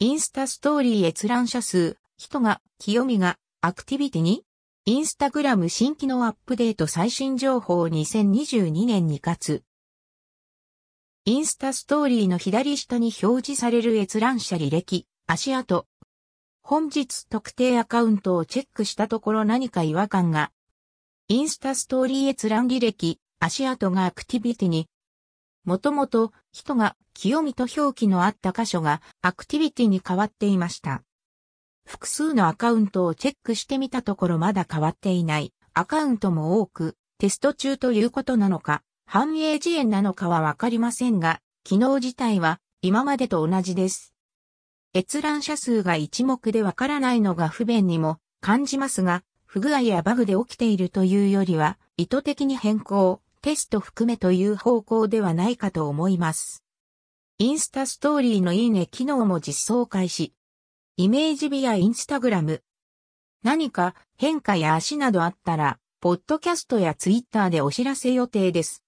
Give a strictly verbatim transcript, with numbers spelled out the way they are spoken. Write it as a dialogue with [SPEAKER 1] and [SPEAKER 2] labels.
[SPEAKER 1] インスタストーリー閲覧者数、人が、清美が、アクティビティにインスタグラム新機能アップデート最新情報にせんにじゅうにねんに月。インスタストーリーの左下に表示される閲覧者履歴、足跡。本日特定アカウントをチェックしたところ何か違和感が。インスタストーリー閲覧履歴、足跡がアクティビティに。もともと、人が清美と表記のあった箇所がアクティビティに変わっていました。複数のアカウントをチェックしてみたところまだ変わっていないアカウントも多く、テスト中ということなのか、反映遅延なのかはわかりませんが、機能自体は今までと同じです。閲覧者数が一目でわからないのが不便にも感じますが、不具合やバグで起きているというよりは、意図的に変更、テスト含めという方向ではないかと思います。インスタストーリーのいいね機能も実装開始。イメージビアインスタグラム。何か変化や足などあったら、ポッドキャストやツイッターでお知らせ予定です。